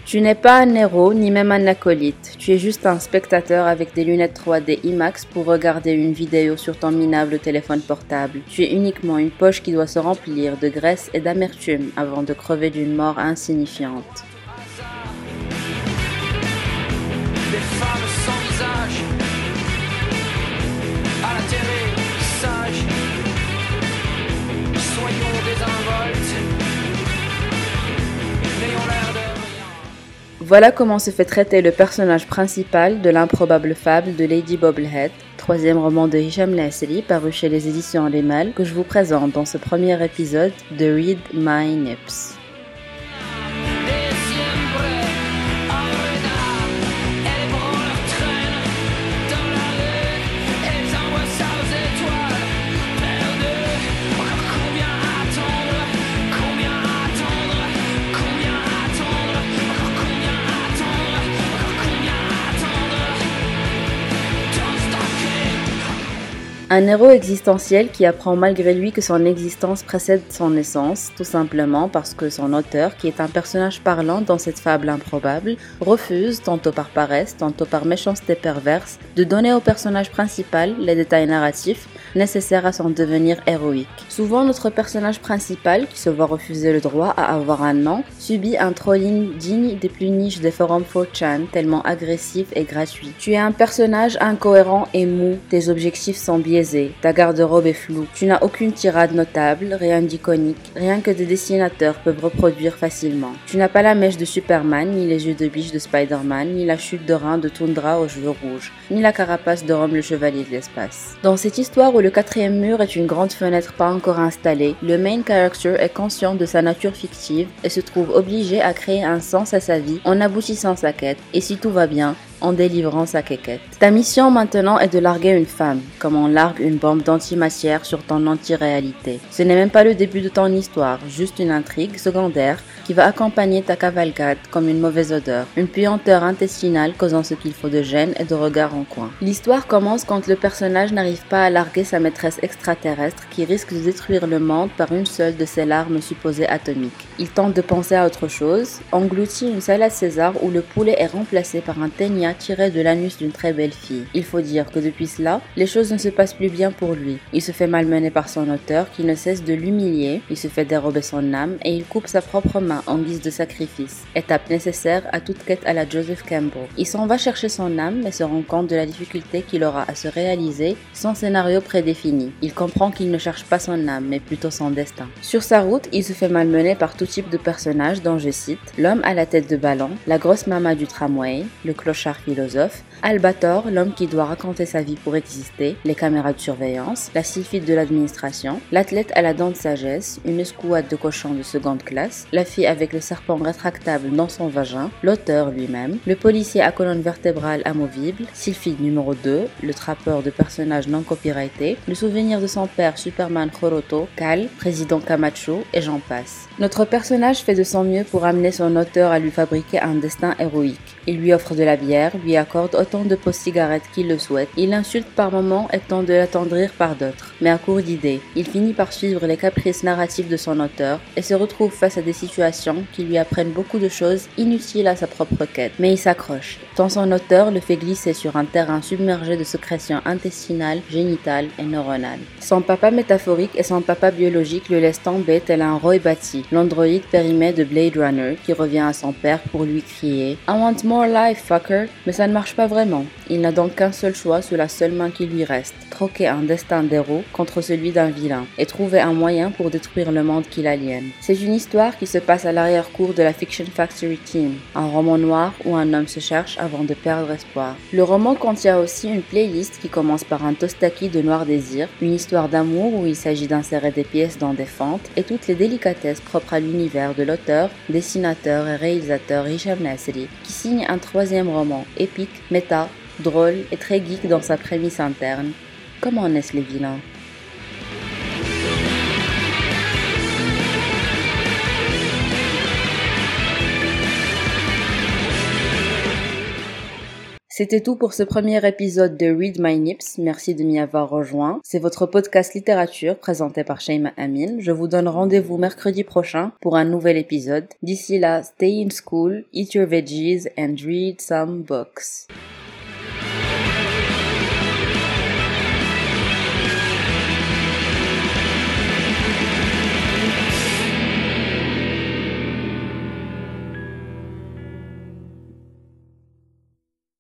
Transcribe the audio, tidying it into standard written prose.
Tu n'es pas un héros, ni même un acolyte. Tu es juste un spectateur avec des lunettes 3D IMAX pour regarder une vidéo sur ton minable téléphone portable. Tu es uniquement une poche qui doit se remplir de graisse et d'amertume avant de crever d'une mort insignifiante. Des femmes sans visage, à l'atterrissage, soyons désinvoltes, n'ayons l'air de rien. Voilà comment se fait traiter le personnage principal de l'improbable fable de Lady Bobblehead, troisième roman de Hicham Lasri paru chez les éditions Les Mâles, que je vous présente dans ce premier épisode de Read My Nips. Un héros existentiel qui apprend malgré lui que son existence précède son naissance, tout simplement parce que son auteur, qui est un personnage parlant dans cette fable improbable, refuse, tantôt par paresse, tantôt par méchanceté perverse, de donner au personnage principal les détails narratifs nécessaires à son devenir héroïque. Souvent, notre personnage principal, qui se voit refuser le droit à avoir un nom, subit un trolling digne des plus niches des forums 4chan, tellement agressif et gratuit. Tu es un personnage incohérent et mou, tes objectifs sont biaisés. Ta garde-robe est floue, tu n'as aucune tirade notable, rien d'iconique, rien que des dessinateurs peuvent reproduire facilement. Tu n'as pas la mèche de Superman, ni les yeux de biche de Spider-Man, ni la chute de rein de Tundra aux cheveux rouges, ni la carapace de Rome le chevalier de l'espace. Dans cette histoire où le quatrième mur est une grande fenêtre pas encore installée, le main character est conscient de sa nature fictive et se trouve obligé à créer un sens à sa vie en aboutissant sa quête, et si tout va bien, en délivrant sa quéquette. Ta mission maintenant est de larguer une femme, comme on largue une bombe d'antimatière sur ton anti-réalité. Ce n'est même pas le début de ton histoire, juste une intrigue secondaire qui va accompagner ta cavalcade comme une mauvaise odeur, une puanteur intestinale causant ce qu'il faut de gêne et de regard en coin. L'histoire commence quand le personnage n'arrive pas à larguer sa maîtresse extraterrestre qui risque de détruire le monde par une seule de ses larmes supposées atomiques. Il tente de penser à autre chose, engloutit une salade César où le poulet est remplacé par un ténia tiré de l'anus d'une très belle fille. Il faut dire que depuis cela, les choses ne se passent plus bien pour lui. Il se fait malmener par son auteur qui ne cesse de l'humilier, il se fait dérober son âme et il coupe sa propre main en guise de sacrifice, étape nécessaire à toute quête à la Joseph Campbell. Il s'en va chercher son âme mais se rend compte de la difficulté qu'il aura à se réaliser sans scénario prédéfini. Il comprend qu'il ne cherche pas son âme mais plutôt son destin. Sur sa route, il se fait malmener par tout type de personnages dont je cite l'homme à la tête de ballon, la grosse mama du tramway, le clochard philosophe, Albator, l'homme qui doit raconter sa vie pour exister, les caméras de surveillance, la sylphide de l'administration, l'athlète à la dent de sagesse, une escouade de cochons de seconde classe, la fille avec le serpent rétractable dans son vagin, l'auteur lui-même, le policier à colonne vertébrale amovible, sylphide numéro 2, le trappeur de personnages non copyrightés, le souvenir de son père Superman Khoroto, Cal, président Camacho, et j'en passe. Notre personnage fait de son mieux pour amener son auteur à lui fabriquer un destin héroïque. Il lui offre de la bière, lui accorde autant de post-cigarettes qu'il le souhaite. Il l'insulte par moments et tente de l'attendrir par d'autres. Mais à court d'idées, il finit par suivre les caprices narratifs de son auteur et se retrouve face à des situations qui lui apprennent beaucoup de choses inutiles à sa propre quête. Mais il s'accroche, tant son auteur le fait glisser sur un terrain submergé de sécrétions intestinales, génitales et neuronales. Son papa métaphorique et son papa biologique le laissent tomber tel un Roy Batty, l'androïde périmé de Blade Runner qui revient à son père pour lui crier « I want more life, fucker !» Mais ça ne marche pas vraiment. Il n'a donc qu'un seul choix sous la seule main qui lui reste, troquer un destin d'héros contre celui d'un vilain et trouver un moyen pour détruire le monde qui l'aliène. C'est une histoire qui se passe à l'arrière-cour de la Fiction Factory Team, un roman noir où un homme se cherche avant de perdre espoir. Le roman contient aussi une playlist qui commence par un tostaki de Noir Désir, une histoire d'amour où il s'agit d'insérer des pièces dans des fentes et toutes les délicatesses propres à l'univers de l'auteur, dessinateur et réalisateur Hicham Lasri, qui signe un troisième roman, épique, méta, drôle et très geek dans sa prémisse interne. Comment naissent les vilains ? C'était tout pour ce premier épisode de Read My Nips. Merci de m'y avoir rejoint. C'est votre podcast littérature présenté par Shaima Amin. Je vous donne rendez-vous mercredi prochain pour un nouvel épisode. D'ici là, stay in school, eat your veggies and read some books.